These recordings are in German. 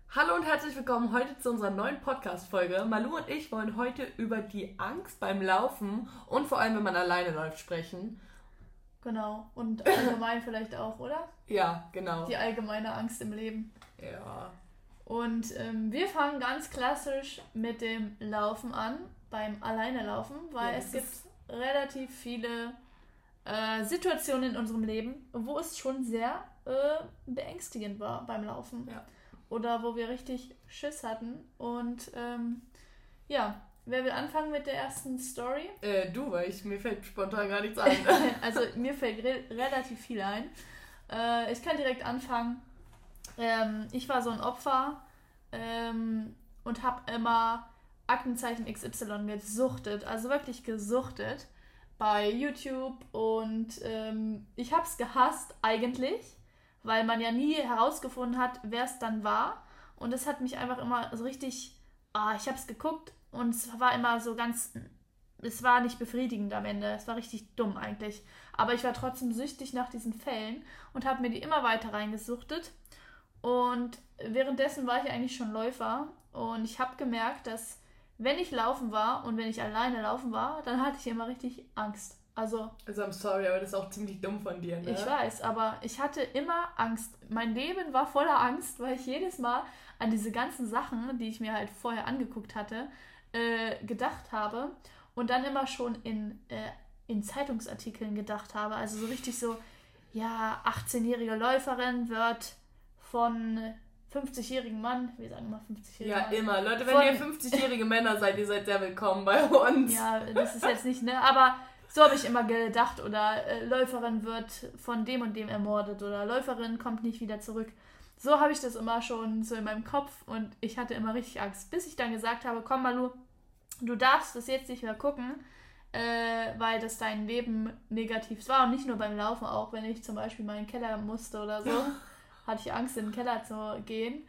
Hallo und herzlich willkommen heute zu unserer neuen Podcast-Folge. Malu und ich wollen heute über die Angst beim Laufen und vor allem, wenn man alleine läuft, sprechen. Genau, und allgemein vielleicht auch, oder? Ja, genau. Die allgemeine Angst im Leben. Ja. Und wir fangen ganz klassisch mit dem Laufen an, beim Alleinelaufen, weil es gibt relativ viele Situationen in unserem Leben, wo es schon sehr beängstigend war beim Laufen. Ja. Oder wo wir richtig Schiss hatten. Und wer will anfangen mit der ersten Story? Du, weil mir fällt spontan gar nichts ein. Also mir fällt relativ viel ein. Ich kann direkt anfangen. Ich war so ein Opfer und habe immer Aktenzeichen XY gesuchtet. Also wirklich gesuchtet bei YouTube. Und ich habe es gehasst eigentlich, weil man ja nie herausgefunden hat, wer es dann war. Und es hat mich einfach immer so richtig, ich habe es geguckt und es war immer so es war nicht befriedigend am Ende. Es war richtig dumm eigentlich. Aber ich war trotzdem süchtig nach diesen Fällen und habe mir die immer weiter reingesuchtet. Und währenddessen war ich eigentlich schon Läufer. Und ich habe gemerkt, dass wenn ich laufen war und wenn ich alleine laufen war, dann hatte ich immer richtig Angst. Also I'm sorry, aber das ist auch ziemlich dumm von dir, ne? Ich weiß, aber ich hatte immer Angst. Mein Leben war voller Angst, weil ich jedes Mal an diese ganzen Sachen, die ich mir halt vorher angeguckt hatte, gedacht habe und dann immer schon in Zeitungsartikeln gedacht habe. Also so richtig so, ja, 18-jährige Läuferin wird von 50-jährigen Mann, wir sagen immer 50-jährigen Mann. Ja, immer. Leute, wenn ihr 50-jährige Männer seid, ihr seid sehr willkommen bei uns. Ja, das ist jetzt nicht, ne, aber so habe ich immer gedacht. Oder Läuferin wird von dem und dem ermordet oder Läuferin kommt nicht wieder zurück. So habe ich das immer schon so in meinem Kopf und ich hatte immer richtig Angst. Bis ich dann gesagt habe, komm Malu, du darfst das jetzt nicht mehr gucken, weil das dein Leben negativ war. Und nicht nur beim Laufen, auch wenn ich zum Beispiel mal in den Keller musste oder so, hatte ich Angst, in den Keller zu gehen.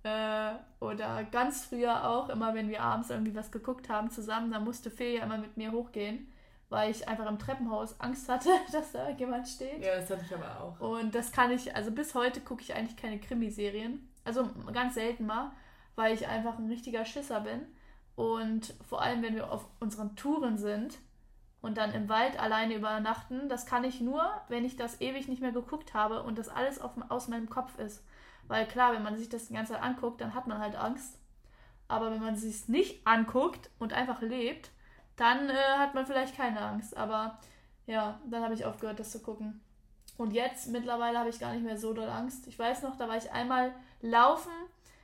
Oder ganz früher auch, immer wenn wir abends irgendwie was geguckt haben zusammen, dann musste Fee ja immer mit mir hochgehen, weil ich einfach im Treppenhaus Angst hatte, dass da jemand steht. Ja, das hatte ich aber auch. Und das kann ich, also bis heute gucke ich eigentlich keine Krimiserien. Also ganz selten mal, weil ich einfach ein richtiger Schisser bin. Und vor allem, wenn wir auf unseren Touren sind und dann im Wald alleine übernachten, das kann ich nur, wenn ich das ewig nicht mehr geguckt habe und das alles aus meinem Kopf ist. Weil klar, wenn man sich das die ganze Zeit anguckt, dann hat man halt Angst. Aber wenn man sich es nicht anguckt und einfach lebt, dann hat man vielleicht keine Angst. Aber ja, dann habe ich aufgehört, das zu gucken. Und jetzt, mittlerweile, habe ich gar nicht mehr so doll Angst. Ich weiß noch, da war ich einmal laufen.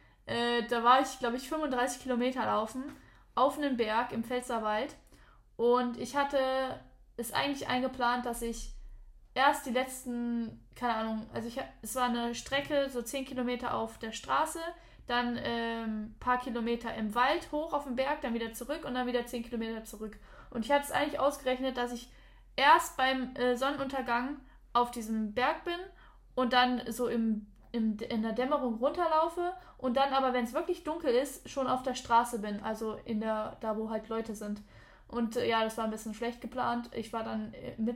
Da war ich, glaube ich, 35 Kilometer laufen auf einen Berg im Pfälzerwald. Und ich hatte es eigentlich eingeplant, dass ich erst die letzten, keine Ahnung, also es war eine Strecke, so 10 Kilometer auf der Straße, dann ein paar Kilometer im Wald hoch auf den Berg, dann wieder zurück und dann wieder 10 Kilometer zurück. Und ich hatte es eigentlich ausgerechnet, dass ich erst beim Sonnenuntergang auf diesem Berg bin und dann so in der Dämmerung runterlaufe und dann aber, wenn es wirklich dunkel ist, schon auf der Straße bin, also da wo halt Leute sind. Und ja, das war ein bisschen schlecht geplant. Ich war dann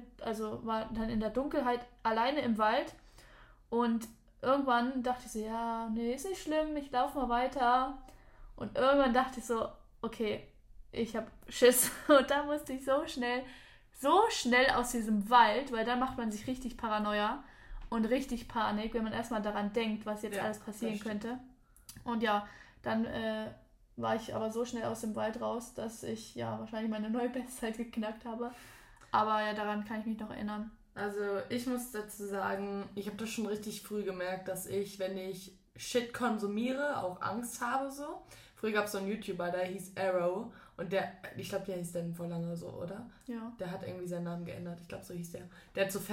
war dann in der Dunkelheit alleine im Wald und irgendwann dachte ich so, ja, nee, ist nicht schlimm, ich laufe mal weiter. Und irgendwann dachte ich so, okay, ich habe Schiss. Und da musste ich so schnell aus diesem Wald, weil dann macht man sich richtig Paranoia und richtig Panik, wenn man erstmal daran denkt, was jetzt alles passieren könnte. Und ja, dann war ich aber so schnell aus dem Wald raus, dass ich ja wahrscheinlich meine neue Bestzeit geknackt habe. Aber ja, daran kann ich mich noch erinnern. Also ich muss dazu sagen, ich habe das schon richtig früh gemerkt, dass ich, wenn ich Shit konsumiere, auch Angst habe so. Früher gab es so einen YouTuber, der hieß Arrow und ich glaube, der hieß dann vor lange so, oder? Ja. Der hat irgendwie seinen Namen geändert, ich glaube, so hieß der. Der hat so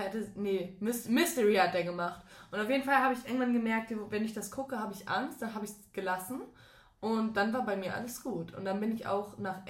Mystery hat der gemacht. Und auf jeden Fall habe ich irgendwann gemerkt, wenn ich das gucke, habe ich Angst, dann habe ich es gelassen und dann war bei mir alles gut. Und dann bin ich auch nach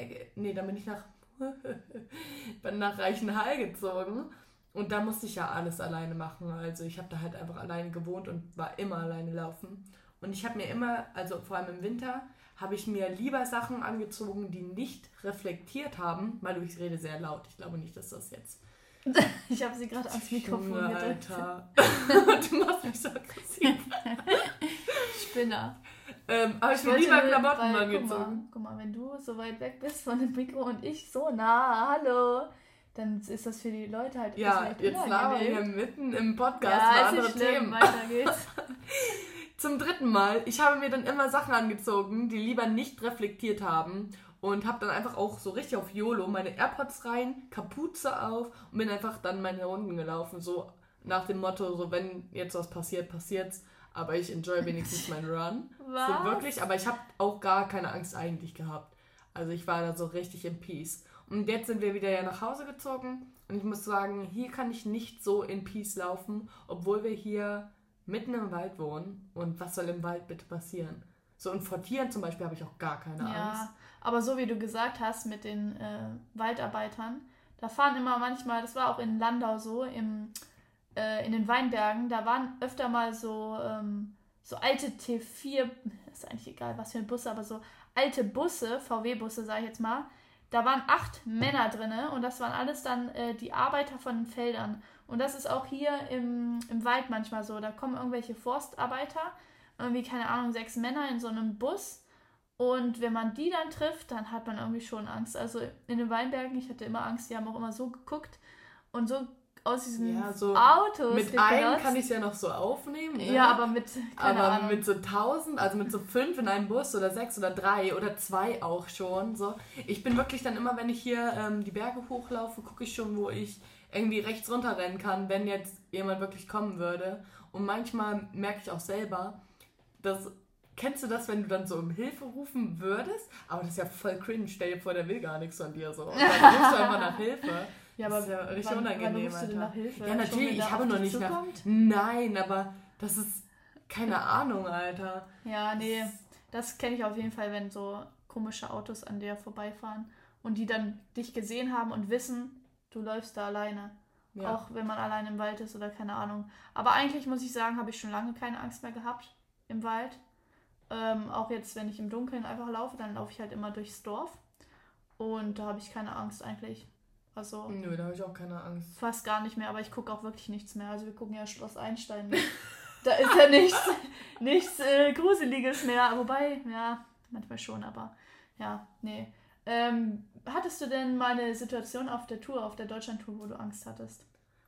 Reichenhall gezogen. Und da musste ich ja alles alleine machen. Also ich habe da halt einfach alleine gewohnt und war immer alleine laufen. Und ich habe mir immer, also vor allem im Winter, habe ich mir lieber Sachen angezogen, die nicht reflektiert haben. Malu, ich rede sehr laut. Ich glaube nicht, dass das jetzt... Ich habe sie gerade ans Mikrofon gedrückt. Alter. Du machst mich so aggressiv. Spinner. Aber ich will lieber Klamotten angezogen. Guck mal, wenn du so weit weg bist von dem Mikro und ich so nah, hallo, dann ist das für die Leute halt jetzt labern wir mitten im Podcast über andere Themen. Weiter geht's. Zum 3. Mal, ich habe mir dann immer Sachen angezogen, die lieber nicht reflektiert haben und habe dann einfach auch so richtig auf YOLO meine AirPods rein, Kapuze auf und bin einfach dann meine Runden gelaufen, so nach dem Motto, so wenn jetzt was passiert, passiert's, aber ich enjoy wenigstens meinen Run. Was? So wirklich, aber ich habe auch gar keine Angst eigentlich gehabt. Also ich war da so richtig in Peace. Und jetzt sind wir wieder nach Hause gezogen und ich muss sagen, hier kann ich nicht so in Peace laufen, obwohl wir hier mitten im Wald wohnen. Und was soll im Wald bitte passieren? So, und vor Tieren zum Beispiel habe ich auch gar keine Angst. Ja, aber so wie du gesagt hast mit den Waldarbeitern, da fahren immer manchmal, das war auch in Landau so, in den Weinbergen, da waren öfter mal so alte T4, ist eigentlich egal, was für ein Busse, aber so alte Busse, VW-Busse, sag ich jetzt mal, da waren 8 Männer drin und das waren alles dann die Arbeiter von den Feldern. Und das ist auch hier im Wald manchmal so. Da kommen irgendwelche Forstarbeiter, irgendwie, keine Ahnung, 6 Männer in so einem Bus. Und wenn man die dann trifft, dann hat man irgendwie schon Angst. Also in den Weinbergen, ich hatte immer Angst, die haben auch immer so geguckt und so aus diesen Autos. Mit einem kann ich es ja noch so aufnehmen. Ne? Ja, aber mit mit so 1000, also mit so 5 in einem Bus oder 6 oder 3 oder 2 auch schon. So. Ich bin wirklich dann immer, wenn ich hier die Berge hochlaufe, gucke ich schon, wo ich irgendwie rechts runterrennen kann, wenn jetzt jemand wirklich kommen würde. Und manchmal merke ich auch selber, dass, kennst du das, wenn du dann so um Hilfe rufen würdest? Aber das ist ja voll cringe, stell dir vor, der will gar nichts von dir. So. Und dann rufst du einfach nach Hilfe. Ja, das ist ja richtig unangenehm. Wann rufst du denn nach Hilfe? Ja, natürlich, ich habe noch nicht nach... Nein, aber das ist keine Ahnung, Alter. Ja, nee, das kenne ich auf jeden Fall, wenn so komische Autos an dir vorbeifahren und die dann dich gesehen haben und wissen, du läufst da alleine. Ja. Auch wenn man allein im Wald ist oder keine Ahnung. Aber eigentlich muss ich sagen, habe ich schon lange keine Angst mehr gehabt im Wald. Auch jetzt, wenn ich im Dunkeln einfach laufe, dann laufe ich halt immer durchs Dorf. Und da habe ich keine Angst eigentlich. Also, nö, da habe ich auch keine Angst. Fast gar nicht mehr, aber ich gucke auch wirklich nichts mehr. Also wir gucken ja Schloss Einstein. Da ist ja nichts Gruseliges mehr. Wobei, ja, manchmal schon, aber ja, nee. Hattest du denn mal eine Situation auf der Tour, auf der Deutschlandtour, wo du Angst hattest?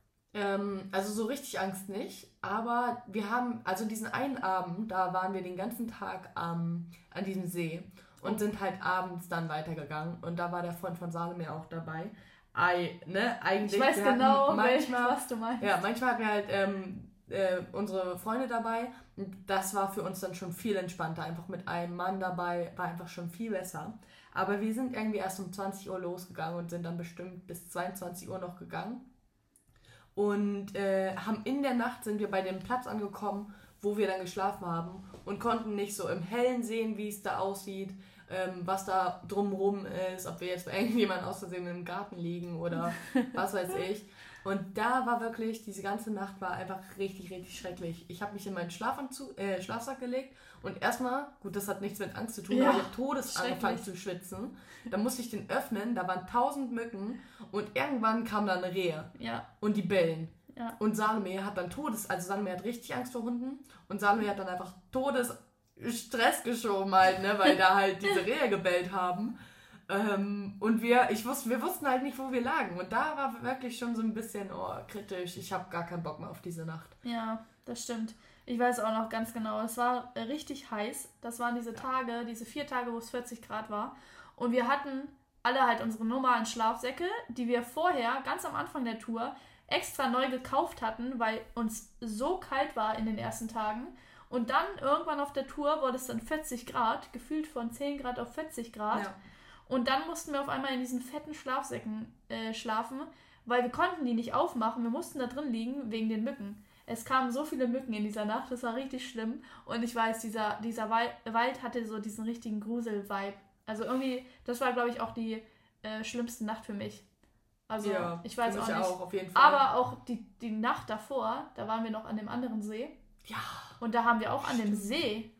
Also so richtig Angst nicht, aber wir haben, also diesen einen Abend, da waren wir den ganzen Tag an diesem See und sind halt abends dann weitergegangen und da war der Freund von Salome auch dabei. Eigentlich, ich weiß genau, was du meinst. Ja, manchmal hatten wir halt unsere Freunde dabei und das war für uns dann schon viel entspannter. Einfach mit einem Mann dabei war einfach schon viel besser. Aber wir sind irgendwie erst um 20 Uhr losgegangen und sind dann bestimmt bis 22 Uhr noch gegangen. Und haben in der Nacht sind wir bei dem Platz angekommen, wo wir dann geschlafen haben und konnten nicht so im Hellen sehen, wie es da aussieht, was da drumherum ist, ob wir jetzt bei irgendjemandem aus Versehen im Garten liegen oder was weiß ich. Und da war wirklich, diese ganze Nacht war einfach richtig, richtig schrecklich. Ich habe mich in meinen Schlafsack gelegt und erstmal, gut, das hat nichts mit Angst zu tun, aber ich habe Todes angefangen zu schwitzen. Dann musste ich den öffnen, da waren 1000 Mücken und irgendwann kam dann eine Rehe und die bellen. Ja. Und Salome hat dann Salome hat richtig Angst vor Hunden und Salome hat dann einfach Stress geschoben halt, ne, weil da halt diese Rehe gebellt haben. Und wir wussten halt nicht, wo wir lagen. Und da war wirklich schon so ein bisschen kritisch. Ich habe gar keinen Bock mehr auf diese Nacht. Ja, das stimmt. Ich weiß auch noch ganz genau, es war richtig heiß. Das waren diese Tage, diese 4 Tage, wo es 40 Grad war. Und wir hatten alle halt unsere normalen Schlafsäcke, die wir vorher, ganz am Anfang der Tour, extra neu gekauft hatten, weil uns so kalt war in den ersten Tagen. Und dann irgendwann auf der Tour wurde es dann 40 Grad, gefühlt von 10 Grad auf 40 Grad. Ja. Und dann mussten wir auf einmal in diesen fetten Schlafsäcken schlafen, weil wir konnten die nicht aufmachen. Wir mussten da drin liegen wegen den Mücken. Es kamen so viele Mücken in dieser Nacht, das war richtig schlimm. Und ich weiß, dieser Wald hatte so diesen richtigen Grusel-Vibe. Also irgendwie, das war, glaube ich, auch die schlimmste Nacht für mich. Also ja, ich weiß auch nicht. Auch, auf jeden Fall. Aber auch die Nacht davor, da waren wir noch an dem anderen See. Ja. Und da haben wir auch an dem See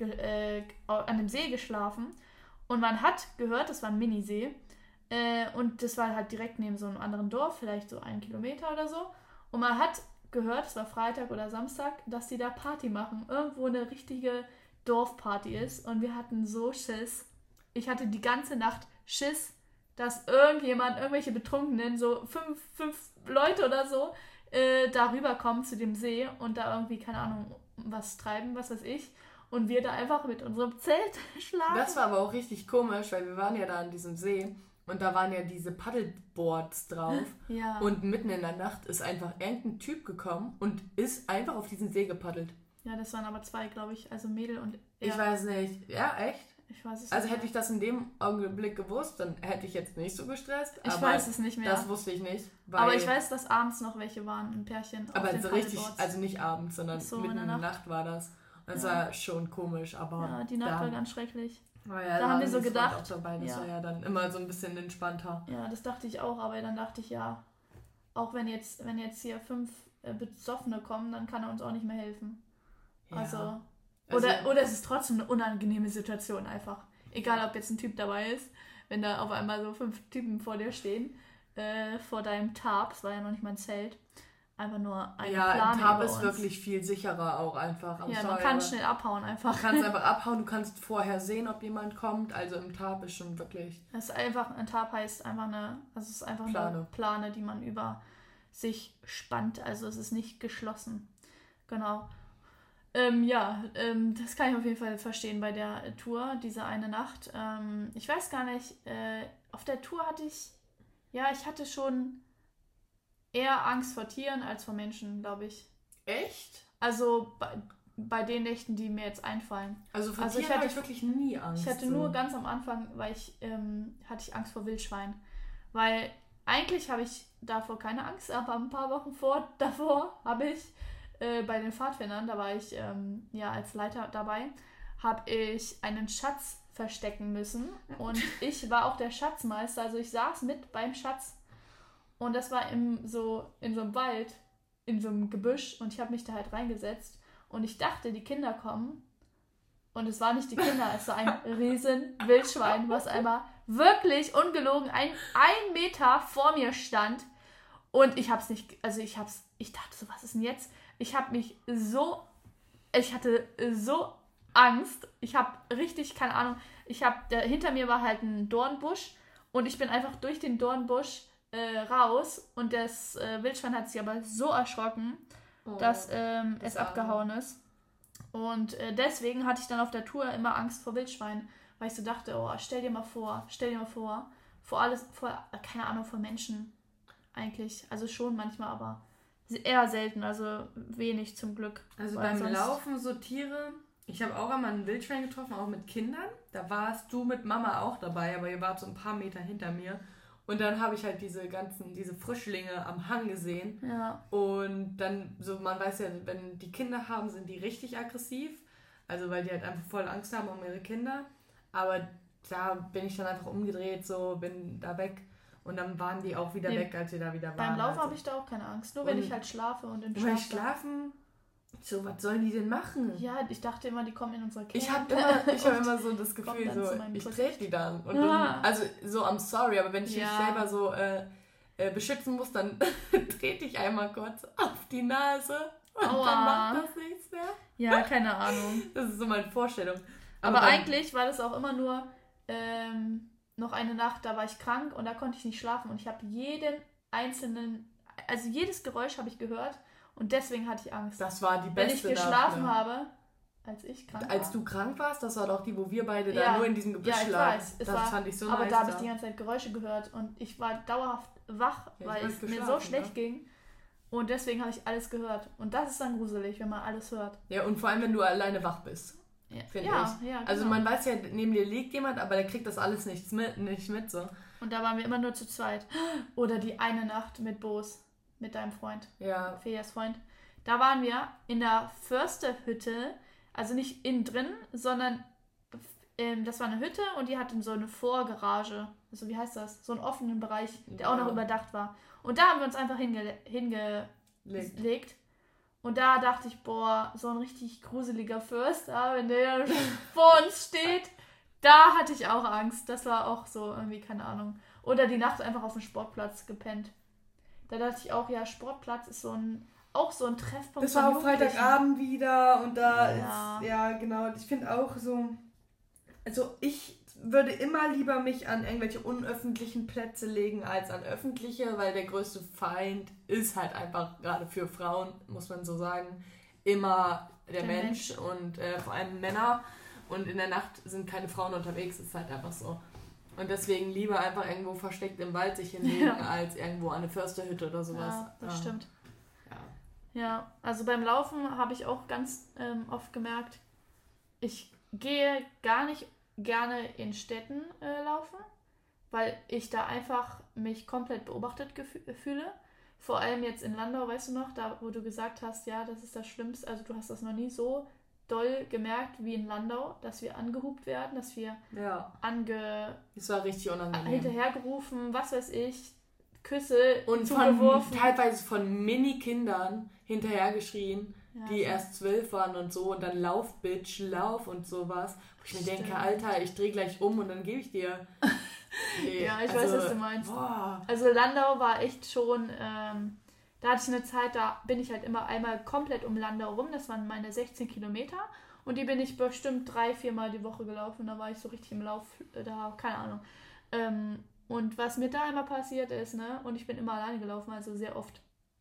geschlafen. Und man hat gehört, das war ein Minisee. Und das war halt direkt neben so einem anderen Dorf, vielleicht so 1 Kilometer oder so. Und man hat gehört, es war Freitag oder Samstag, dass die da Party machen. Irgendwo eine richtige Dorfparty ist und wir hatten so Schiss. Ich hatte die ganze Nacht Schiss, dass irgendwelche Betrunkenen, so fünf Leute oder so, da rüberkommen zu dem See und da irgendwie, keine Ahnung, was treiben, was weiß ich. Und wir da einfach mit unserem Zelt schlafen. Das war aber auch richtig komisch, weil wir waren ja da an diesem See und da waren ja diese Paddleboards drauf. Ja. Und mitten in der Nacht ist einfach irgendein Typ gekommen und ist einfach auf diesen See gepaddelt. Ja, das waren aber 2, glaube ich. Also Mädel und er. Ich weiß nicht. Ja, echt? Ich weiß es Also nicht hätte ich das in dem Augenblick gewusst, dann hätte ich jetzt nicht so gestresst. Ich weiß es nicht mehr. Das wusste ich nicht. Aber ich weiß, dass abends noch welche waren, ein Pärchen. Aber auf den so richtig, Paddleboards. also nicht abends, sondern so, mitten in der Nacht war das. Und das war schon komisch, aber... Ja, die Nacht war ganz schrecklich. Ja, da haben wir so gedacht... Auch dabei. Das war ja dann immer so ein bisschen entspannter. Ja, das dachte ich auch, aber dann dachte ich, ja, auch wenn jetzt hier 5 Besoffene kommen, dann kann er uns auch nicht mehr helfen. Ja. Oder es ist trotzdem eine unangenehme Situation einfach. Egal, ob jetzt ein Typ dabei ist, wenn da auf einmal so 5 Typen vor dir stehen, vor deinem Tarp, es war ja noch nicht mal ein Zelt, einfach nur eine Plane. Ja, ein Tarp ist wirklich viel sicherer auch einfach. Ja, man kann schnell abhauen einfach. Du kannst einfach abhauen, du kannst vorher sehen, ob jemand kommt, also im Tarp ist schon wirklich... Ein Tarp heißt einfach eine Plane, die man über sich spannt, also es ist nicht geschlossen. Genau. Das kann ich auf jeden Fall verstehen bei der Tour, diese eine Nacht. Ich weiß gar nicht, auf der Tour hatte ich schon eher Angst vor Tieren als vor Menschen, glaube ich. Echt? Also bei den Nächten, die mir jetzt einfallen. Also vor Tieren hatte ich wirklich nie Angst. Ich hatte nur ganz am Anfang, hatte ich Angst vor Wildschwein. Weil eigentlich habe ich davor keine Angst, aber ein paar Wochen davor habe ich bei den Pfadfindern, da war ich als Leiter dabei, habe ich einen Schatz verstecken müssen und ich war auch der Schatzmeister, also ich saß mit beim Schatz und das war in so einem Wald, in so einem Gebüsch und ich habe mich da halt reingesetzt und ich dachte, die Kinder kommen und es war nicht die Kinder, es war ein riesen Wildschwein, was einmal wirklich ungelogen ein Meter vor mir stand und ich dachte so, was ist denn jetzt? Ich hatte so Angst. Ich habe richtig, keine Ahnung, hinter mir war halt ein Dornbusch und ich bin einfach durch den Dornbusch raus und das Wildschwein hat sich aber so erschrocken, dass es abgehauen ist. Und deswegen hatte ich dann auf der Tour immer Angst vor Wildschweinen, weil ich so dachte, oh, stell dir mal vor, keine Ahnung, vor Menschen eigentlich. Also schon manchmal, aber eher selten, also wenig zum Glück. Also beim Laufen so Tiere, ich habe auch einmal einen Wildschwein getroffen, auch mit Kindern. Da warst du mit Mama auch dabei, aber ihr wart so ein paar Meter hinter mir. Und dann habe ich halt diese Frischlinge am Hang gesehen. Ja. Und dann, so man weiß ja, wenn die Kinder haben, sind die richtig aggressiv. Also weil die halt einfach voll Angst haben um ihre Kinder. Aber da bin ich dann einfach umgedreht, so bin da weg. Und dann waren die auch wieder weg, als wir da wieder waren. Beim Laufen habe ich da auch keine Angst. Nur wenn ich halt schlafe und im Schlaf. Schlafen? So, was sollen die denn machen? Ja, ich dachte immer, die kommen in unsere Camp. Ich habe immer so das Gefühl, so, ich trete die dann. Und dann, also so, I'm sorry, aber wenn ich mich selber so beschützen muss, dann trete ich einmal kurz auf die Nase und dann macht das nichts mehr. Ja, keine Ahnung. Das ist so meine Vorstellung. Aber eigentlich war das auch immer nur noch eine Nacht, da war ich krank und da konnte ich nicht schlafen und ich habe jedes Geräusch habe ich gehört und deswegen hatte ich Angst. Das war die beste Wenn ich geschlafen habe, als ich krank war. Als du krank warst, das war doch die, wo wir beide da nur in diesem Gebüsch lagen. Das fand ich so nice. Aber da habe ich die ganze Zeit Geräusche gehört und ich war dauerhaft wach, weil es mir so schlecht ging. Und deswegen habe ich alles gehört. Und das ist dann gruselig, wenn man alles hört. Ja, und vor allem, wenn du alleine wach bist. Finde ich. Ja, genau. Also man weiß ja, neben dir liegt jemand, aber der kriegt das alles nicht mit so. Und da waren wir immer nur zu zweit. Oder die eine Nacht mit Boos, mit deinem Freund. Ja. Felias Freund. Da waren wir in der Försterhütte, also nicht innen drin, sondern das war eine Hütte und die hatte so eine Vorgarage. Also wie heißt das? So einen offenen Bereich, der auch noch überdacht war. Und da haben wir uns einfach hingelegt. Und da dachte ich, boah, so ein richtig gruseliger Förster, wenn der vor uns steht, da hatte ich auch Angst. Das war auch so irgendwie, keine Ahnung. Oder die Nacht einfach auf dem Sportplatz gepennt. Da dachte ich auch, ja, Sportplatz ist so ein auch so ein Treffpunkt. Das war auch Freitagabend wieder und da Ja. ist, ja genau, ich finde auch so, also ich würde immer lieber mich an irgendwelche unöffentlichen Plätze legen als an öffentliche, weil der größte Feind ist halt einfach, gerade für Frauen, muss man so sagen, immer der Mensch und vor allem Männer. Und in der Nacht sind keine Frauen unterwegs, ist halt einfach so. Und deswegen lieber einfach irgendwo versteckt im Wald sich hinlegen, als irgendwo an eine Försterhütte oder sowas. Ja, das stimmt. Ja. Ja, also beim Laufen habe ich auch ganz oft gemerkt, ich gehe gar nicht gerne in Städten laufen, weil ich da einfach mich komplett beobachtet fühle. Vor allem jetzt in Landau, weißt du noch, da wo du gesagt hast, ja, das ist das Schlimmste, also du hast das noch nie so doll gemerkt wie in Landau, dass wir angehupt werden, dass wir das war richtig unangenehm. Hinterhergerufen, was weiß ich, Küsse und zugeworfen. Teilweise von Mini-Kindern hinterhergeschrien, die erst 12 waren und so und dann lauf, Bitch, lauf und sowas. Wo ich mir denke, Alter, ich drehe gleich um und dann gebe ich dir. Nee, ja, ich weiß, was du meinst. Boah. Also Landau war echt schon, da hatte ich eine Zeit, da bin ich halt immer einmal komplett um Landau rum, das waren meine 16 Kilometer und die bin ich bestimmt 3-4 Mal die Woche gelaufen, da war ich so richtig im Lauf, da, keine Ahnung. Und was mir da immer passiert ist, ne, und ich bin immer alleine gelaufen, also sehr oft,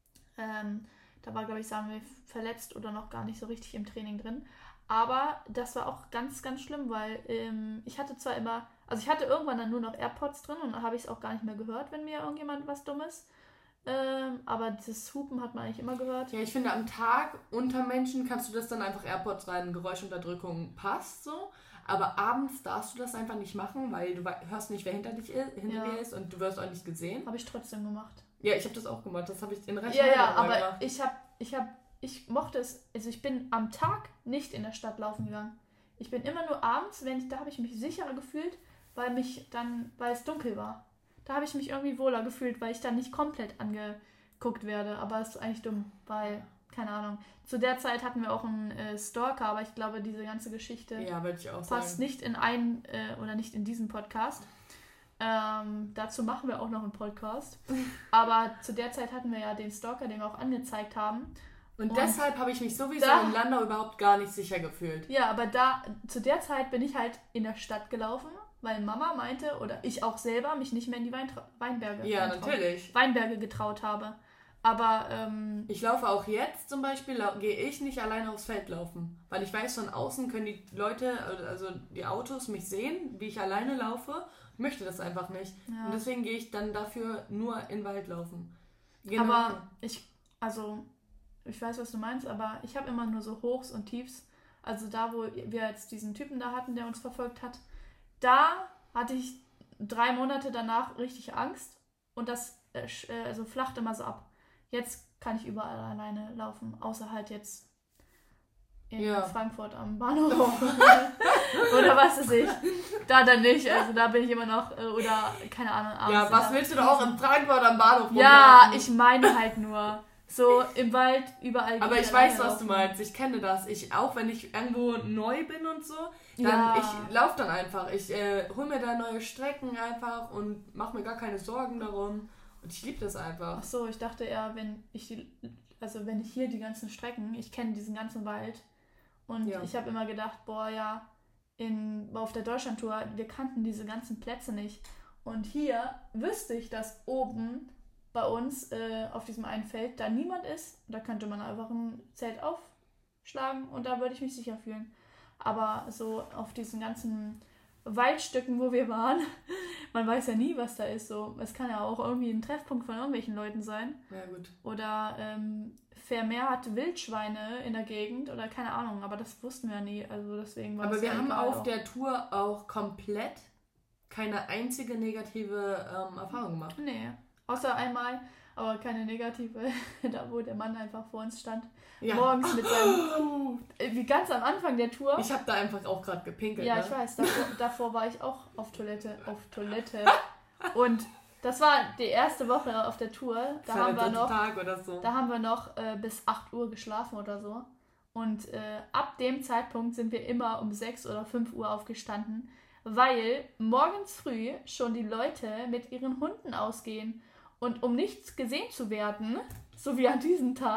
da war, glaube ich, sagen wir, verletzt oder noch gar nicht so richtig im Training drin. Aber das war auch ganz, ganz schlimm, weil ich hatte zwar immer, also ich hatte irgendwann dann nur noch AirPods drin und dann habe ich es auch gar nicht mehr gehört, wenn mir irgendjemand was Dummes. Aber das Hupen hat man eigentlich immer gehört. Ja, ich finde, am Tag unter Menschen kannst du das dann einfach AirPods rein, Geräuschunterdrückung passt so. Aber abends darfst du das einfach nicht machen, weil du hörst nicht, wer hinter dir ist und du wirst auch nicht gesehen. Habe ich trotzdem gemacht. Ja, ich habe das auch gemacht. Das habe ich in Recht aber gemacht. ich mochte es, also ich bin am Tag nicht in der Stadt laufen gegangen. Ich bin immer nur abends, da habe ich mich sicherer gefühlt, weil es dunkel war. Da habe ich mich irgendwie wohler gefühlt, weil ich dann nicht komplett angeguckt werde. Aber es ist eigentlich dumm, weil, keine Ahnung. Zu der Zeit hatten wir auch einen Stalker, aber ich glaube, diese ganze Geschichte passt nicht in oder nicht in diesen Podcast. Dazu machen wir auch noch einen Podcast. Aber zu der Zeit hatten wir ja den Stalker, den wir auch angezeigt haben. Und deshalb habe ich mich sowieso in Landau überhaupt gar nicht sicher gefühlt. Ja, aber zu der Zeit bin ich halt in der Stadt gelaufen, weil Mama meinte, oder ich auch selber, mich nicht mehr in die Weinberge getraut habe. Aber ich laufe auch jetzt zum Beispiel, gehe ich nicht alleine aufs Feld laufen. Weil ich weiß, von außen können die Leute, also die Autos mich sehen, wie ich alleine laufe. Ich möchte das einfach nicht. Ja. Und deswegen gehe ich dann dafür nur in den Wald laufen. Genau. Aber ich weiß, was du meinst, aber ich habe immer nur so Hochs und Tiefs. Also da, wo wir jetzt diesen Typen da hatten, der uns verfolgt hat, da hatte ich 3 Monate danach richtig Angst und das flacht immer so ab. Jetzt kann ich überall alleine laufen, außer halt jetzt in Frankfurt am Bahnhof. Oder was weiß ich. Da dann nicht, also da bin ich immer noch, oder keine Ahnung. Abends ja, was willst du doch auch in Frankfurt am Bahnhof rumlaufen? Ja, ich meine halt nur, so im Wald, überall. Aber ich weiß, was du meinst, ich kenne das. Auch wenn ich irgendwo neu bin und so, dann ich laufe dann einfach. Ich hole mir da neue Strecken einfach und mache mir gar keine Sorgen darum. Und ich liebe das einfach. Ach so, ich dachte eher, wenn ich hier die ganzen Strecken, ich kenne diesen ganzen Wald und ich habe immer gedacht, boah, ja, auf der Deutschlandtour, wir kannten diese ganzen Plätze nicht. Und hier wüsste ich, dass oben bei uns auf diesem einen Feld da niemand ist. Da könnte man einfach ein Zelt aufschlagen und da würde ich mich sicher fühlen. Aber so auf diesen ganzen Waldstücken, wo wir waren, man weiß ja nie, was da ist. So, es kann ja auch irgendwie ein Treffpunkt von irgendwelchen Leuten sein. Ja, gut. Oder vermehrt Wildschweine in der Gegend oder keine Ahnung, aber das wussten wir ja nie. Also deswegen war aber es wir haben auf der Tour auch komplett keine einzige negative Erfahrung gemacht. Nee, außer einmal, aber keine negative, da wo der Mann einfach vor uns stand. Ja. Morgens mit seinem, wie ganz am Anfang der Tour. Ich habe da einfach auch gerade gepinkelt. Ja, ne? Ich weiß, davor war ich auch auf Toilette. Und das war die erste Woche auf der Tour. Da haben wir noch bis 8 Uhr geschlafen oder so. Und ab dem Zeitpunkt sind wir immer um 6 oder 5 Uhr aufgestanden, weil morgens früh schon die Leute mit ihren Hunden ausgehen. Und um nichts gesehen zu werden, so wie an diesem Tag,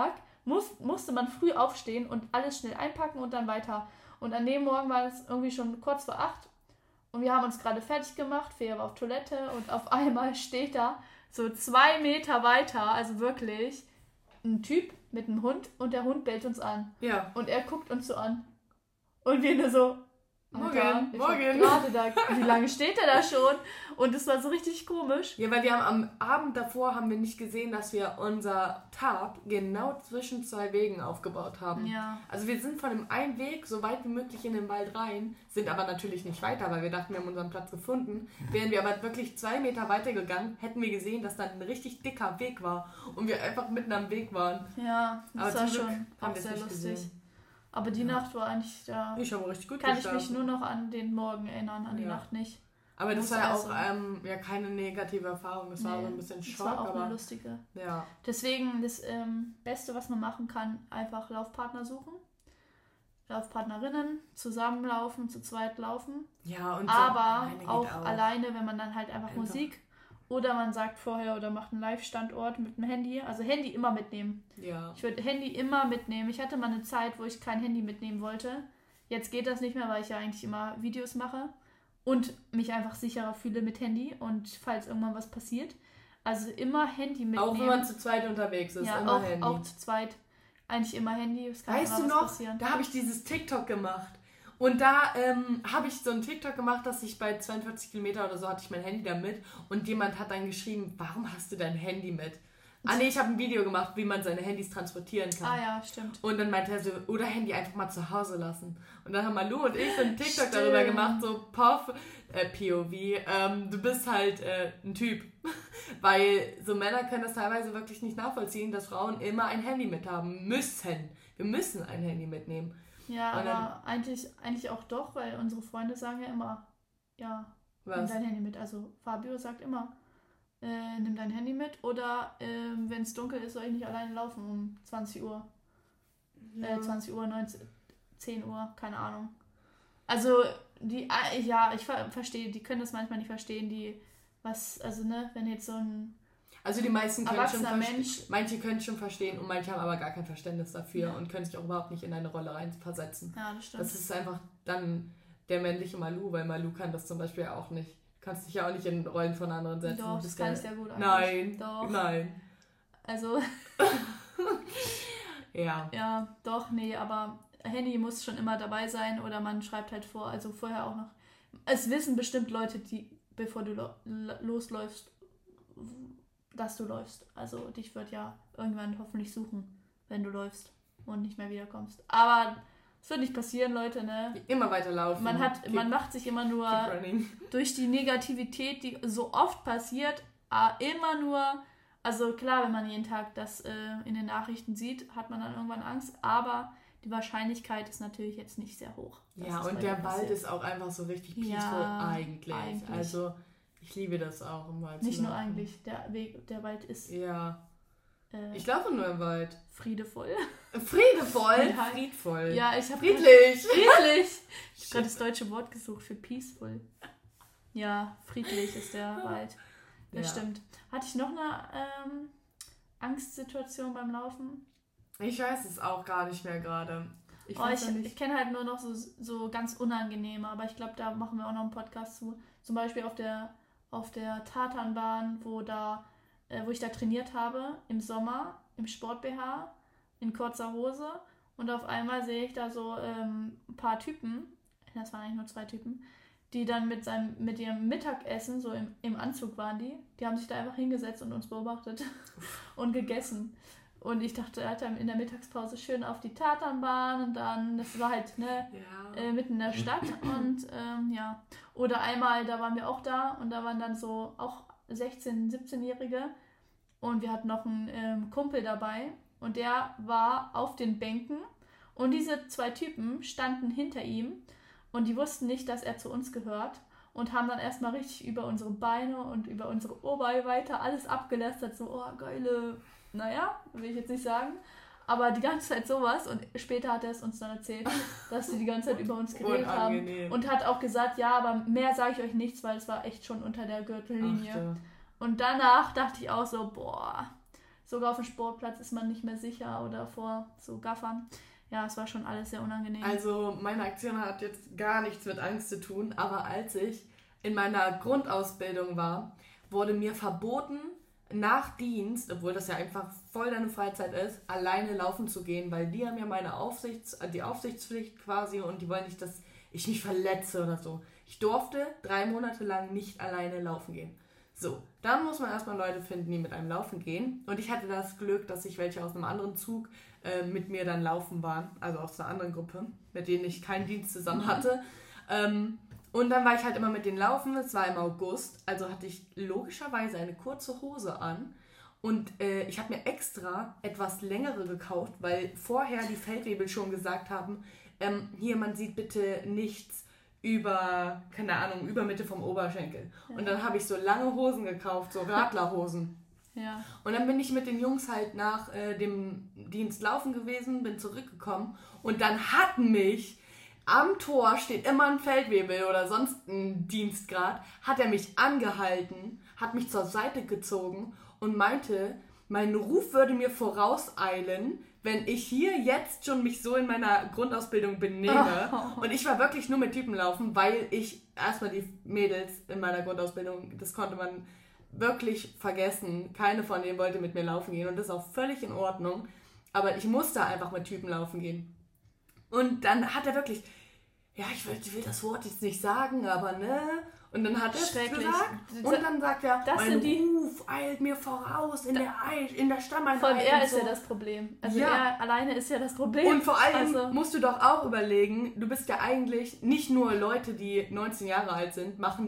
musste man früh aufstehen und alles schnell einpacken und dann weiter. Und an dem Morgen war es irgendwie schon kurz vor 8 und wir haben uns gerade fertig gemacht. Fea war auf Toilette und auf einmal steht da so 2 Meter weiter, also wirklich, ein Typ mit einem Hund und der Hund bellt uns an. Ja. Und er guckt uns so an. Und wir nur so, Alter, Morgen. Gerade da, wie lange steht er da schon? Und es war so richtig komisch. Ja, weil wir haben am Abend davor haben wir nicht gesehen, dass wir unser Tarp genau zwischen 2 Wegen aufgebaut haben. Ja. Also wir sind von dem einen Weg so weit wie möglich in den Wald rein, sind aber natürlich nicht weiter, weil wir dachten, wir haben unseren Platz gefunden. Wären wir aber wirklich 2 Meter weiter gegangen, hätten wir gesehen, dass da ein richtig dicker Weg war und wir einfach mitten am Weg waren. Ja, das aber war zum Glück schon haben auch wir es sehr nicht lustig. gesehen. Aber die Nacht war eigentlich da. Ich habe richtig gut Kann ich geschlafen. mich nur noch an den Morgen erinnern, an die Nacht nicht. Aber das Muss war ja also- auch keine negative Erfahrung. Das war so ein bisschen Das Schock. war auch aber eine lustige. ja. Deswegen das Beste, was man machen kann, einfach Laufpartner suchen. Laufpartnerinnen, zusammenlaufen, zu zweit laufen. Ja, und Aber so, auch alleine, wenn man dann halt einfach Musik oder man sagt vorher oder macht einen Live-Standort mit dem Handy. Also Handy immer mitnehmen. Ja. Ich würde Handy immer mitnehmen. Ich hatte mal eine Zeit, wo ich kein Handy mitnehmen wollte. Jetzt geht das nicht mehr, weil ich ja eigentlich immer Videos mache und mich einfach sicherer fühle mit Handy und falls irgendwann was passiert. Also immer Handy mitnehmen. Auch wenn man zu zweit unterwegs ist, ja, immer Handy. Auch zu zweit. Eigentlich immer Handy. Es kann Weißt immer du was noch, passieren. da habe ich dieses TikTok gemacht. Und da habe ich so ein TikTok gemacht, dass ich bei 42 Kilometer oder so hatte ich mein Handy da mit. Und jemand hat dann geschrieben, warum hast du dein Handy mit? Ah nee, ich habe ein Video gemacht, wie man seine Handys transportieren kann. Ah ja, stimmt. Und dann meinte er so, oder Handy einfach mal zu Hause lassen. Und dann haben Malu und ich so ein TikTok darüber gemacht, so POV, du bist halt ein Typ. Weil so Männer können das teilweise wirklich nicht nachvollziehen, dass Frauen immer ein Handy mit haben müssen. Wir müssen ein Handy mitnehmen. Ja, Und aber eigentlich auch doch, weil unsere Freunde sagen ja immer, ja, nimm dein Handy mit. Also Fabio sagt immer, nimm dein Handy mit oder wenn es dunkel ist, soll ich nicht alleine laufen um 20 Uhr. Ja. 20 Uhr, 10 Uhr, keine Ahnung. Also ich verstehe, die können das manchmal nicht verstehen, wenn jetzt so ein Also die meisten können schon erwachsener Mensch, manche können schon verstehen und manche haben aber gar kein Verständnis dafür Ja. und können sich auch überhaupt nicht in eine Rolle reinversetzen. ja, das stimmt. Das ist einfach dann der männliche Malu, weil Malu kann das zum Beispiel auch nicht. Du kannst dich ja auch nicht in Rollen von anderen setzen. Doch, das kann ich sehr gut eigentlich. Nein, Doch. nein. Also, Ja. ja, doch, nee, aber Handy muss schon immer dabei sein oder man schreibt halt vor, also vorher auch noch. Es wissen bestimmt Leute, die, bevor du losläufst, dass du läufst. Also dich wird ja irgendwann hoffentlich suchen, wenn du läufst und nicht mehr wiederkommst. Aber es wird nicht passieren, Leute, ne? Immer weiterlaufen. Man macht sich immer nur keep running. durch die Negativität, die so oft passiert, immer nur, also klar, wenn man jeden Tag das in den Nachrichten sieht, hat man dann irgendwann Angst, aber die Wahrscheinlichkeit ist natürlich jetzt nicht sehr hoch. Ja, und der Wald ist auch einfach so richtig peaceful eigentlich. Also ich liebe das auch im Wald. Nicht nur eigentlich, der Wald ist ich laufe nur im Wald. friedevoll. Friedevoll? Ja. Friedvoll. Ja, ich habe Friedlich. friedlich. Ich habe gerade das deutsche Wort gesucht für peaceful. Ja, friedlich ist der Wald. Das stimmt. Hatte ich noch eine Angstsituation beim Laufen? Ich weiß es auch gar nicht mehr gerade. Ich kenne halt nur noch so ganz unangenehme, aber ich glaube, da machen wir auch noch einen Podcast zu. Zum Beispiel auf der Tatanbahn, wo ich da trainiert habe, im Sommer, im Sport-BH, in kurzer Hose. Und auf einmal sehe ich da so ein paar Typen, das waren eigentlich nur 2 Typen, die dann mit ihrem Mittagessen, so im Anzug waren die haben sich da einfach hingesetzt und uns beobachtet und gegessen. Und ich dachte, er hat dann in der Mittagspause schön auf die Tatanbahn und dann, das war halt mitten in der Stadt und ja. Oder einmal, da waren wir auch da und da waren dann so auch 16-, 17-Jährige und wir hatten noch einen Kumpel dabei und der war auf den Bänken und diese 2 Typen standen hinter ihm und die wussten nicht, dass er zu uns gehört und haben dann erstmal richtig über unsere Beine und über unsere Oberweite alles abgelästert, so, oh, geile, naja, will ich jetzt nicht sagen, aber die ganze Zeit sowas und später hat er es uns dann erzählt, dass sie die ganze Zeit über uns geredet haben und hat auch gesagt, ja, aber mehr sage ich euch nichts, weil es war echt schon unter der Gürtellinie. Und danach dachte ich auch so, boah, sogar auf dem Sportplatz ist man nicht mehr sicher oder vor so Gaffern. Ja, es war schon alles sehr unangenehm. Also meine Aktion hat jetzt gar nichts mit Angst zu tun, aber als ich in meiner Grundausbildung war, wurde mir verboten, nach Dienst, obwohl das ja einfach voll deine Freizeit ist, alleine laufen zu gehen, weil die haben ja die Aufsichtspflicht quasi und die wollen nicht, dass ich mich verletze oder so. Ich durfte 3 Monate lang nicht alleine laufen gehen. So, dann muss man erstmal Leute finden, die mit einem laufen gehen. Und ich hatte das Glück, dass ich welche aus einem anderen Zug mit mir dann laufen waren, also aus einer anderen Gruppe, mit denen ich keinen Dienst zusammen hatte. Und dann war ich halt immer mit denen laufen, es war im August, also hatte ich logischerweise eine kurze Hose an. Und ich habe mir extra etwas längere gekauft, weil vorher die Feldwebel schon gesagt haben, hier, man sieht bitte nichts über, keine Ahnung, über Mitte vom Oberschenkel. Ja. Und dann habe ich so lange Hosen gekauft, so Radlerhosen. Ja. Und dann bin ich mit den Jungs halt nach dem Dienst laufen gewesen, bin zurückgekommen und dann hat mich, am Tor steht immer ein Feldwebel oder sonst ein Dienstgrad, hat er mich angehalten, hat mich zur Seite gezogen und meinte, mein Ruf würde mir vorauseilen, wenn ich hier jetzt schon mich so in meiner Grundausbildung benehme. Oh. Und ich war wirklich nur mit Typen laufen, weil ich erstmal die Mädels in meiner Grundausbildung, das konnte man wirklich vergessen. Keine von denen wollte mit mir laufen gehen und das ist auch völlig in Ordnung. Aber ich musste einfach mit Typen laufen gehen. Und dann hat er wirklich, ja, ich will das Wort jetzt nicht sagen, aber ne... Und dann hat er es gesagt und dann sagt er, mein Ruf eilt mir voraus in der Stammeinheit. Vor allem er ist ja das Problem. Also er alleine ist ja das Problem. Und vor allem musst du doch auch überlegen, du bist ja eigentlich nicht nur Leute, die 19 Jahre alt sind, machen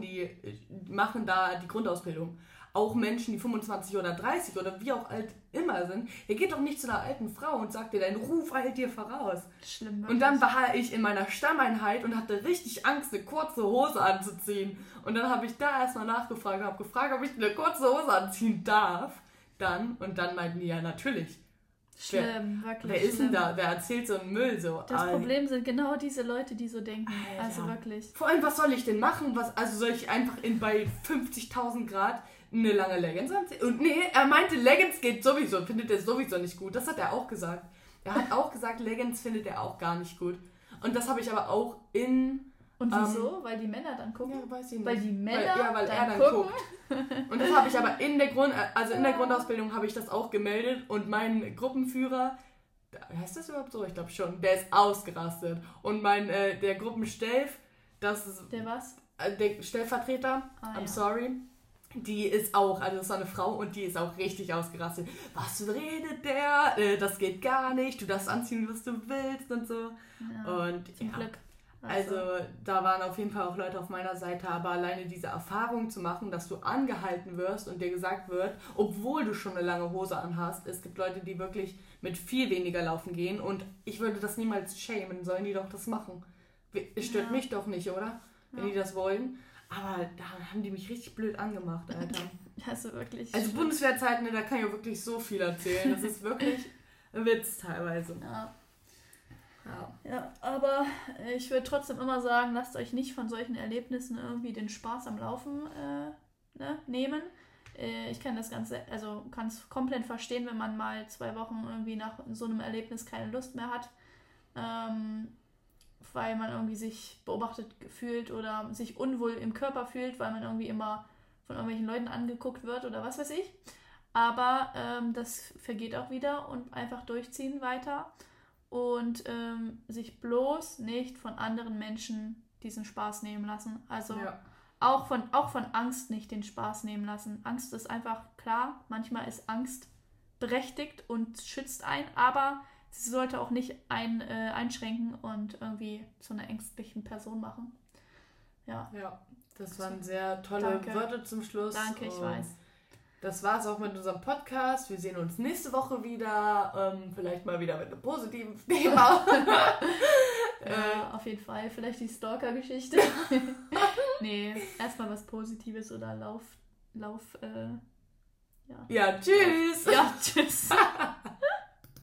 da die Grundausbildung. Auch Menschen, die 25 oder 30 oder wie auch alt immer sind. Ihr geht doch nicht zu einer alten Frau und sagt dir, dein Ruf eilt dir voraus. Schlimm. Und dann war ich in meiner Stammeinheit und hatte richtig Angst, eine kurze Hose anzuziehen. Und dann habe ich da erstmal nachgefragt und habe gefragt, ob ich eine kurze Hose anziehen darf. Und dann meinten die, ja, natürlich. Schlimm, wirklich. Wer ist denn da? Wer erzählt so einen Müll so? Das Problem sind genau diese Leute, die so denken. Alter. Also wirklich. Vor allem, was soll ich denn machen? Soll ich einfach bei 50.000 Grad eine lange Leggings anziehen? Und nee, er meinte, Leggings geht sowieso, findet er sowieso nicht gut. Das hat er auch gesagt. Er hat auch gesagt, Leggings findet er auch gar nicht gut. Und das habe ich aber auch Und wieso? Weil die Männer dann gucken? Ja, weiß ich nicht. Weil die Männer weil er dann guckt. Und das habe ich aber in der Grundausbildung habe ich das auch gemeldet und mein Gruppenführer, heißt das überhaupt so? Ich glaube schon, der ist ausgerastet. Und der Gruppenstellv, der was? Der Stellvertreter, I'm sorry, die ist auch, also das ist eine Frau und die ist auch richtig ausgerastet. Was redet der? Das geht gar nicht, du darfst anziehen, was du willst und so. Ja, und zum Glück. Also da waren auf jeden Fall auch Leute auf meiner Seite, aber alleine diese Erfahrung zu machen, dass du angehalten wirst und dir gesagt wird, obwohl du schon eine lange Hose anhast, es gibt Leute, die wirklich mit viel weniger laufen gehen und ich würde das niemals shamen, sollen die doch das machen. Es stört mich doch nicht, oder? Wenn die das wollen. Aber da haben die mich richtig blöd angemacht, Alter. Also wirklich. Also Bundeswehrzeiten, da kann ich ja wirklich so viel erzählen. Das ist wirklich ein Witz teilweise. Ja, aber ich würde trotzdem immer sagen, lasst euch nicht von solchen Erlebnissen irgendwie den Spaß am Laufen nehmen. Ich kann das Ganze, also kann es komplett verstehen, wenn man mal 2 Wochen irgendwie nach so einem Erlebnis keine Lust mehr hat, weil man irgendwie sich beobachtet fühlt oder sich unwohl im Körper fühlt, weil man irgendwie immer von irgendwelchen Leuten angeguckt wird oder was weiß ich. Aber das vergeht auch wieder und einfach durchziehen weiter. Und sich bloß nicht von anderen Menschen diesen Spaß nehmen lassen. Also auch von Angst nicht den Spaß nehmen lassen. Angst ist einfach klar, manchmal ist Angst berechtigt und schützt einen, aber sie sollte auch nicht einschränken und irgendwie zu einer ängstlichen Person machen. Ja, das waren sehr tolle Wörter zum Schluss. Danke, ich weiß. Das war's auch mit unserem Podcast. Wir sehen uns nächste Woche wieder. Vielleicht mal wieder mit einem positiven Thema. Ja, auf jeden Fall. Vielleicht die Stalker-Geschichte. Nee, erstmal was Positives oder Ja, tschüss. Ja, tschüss.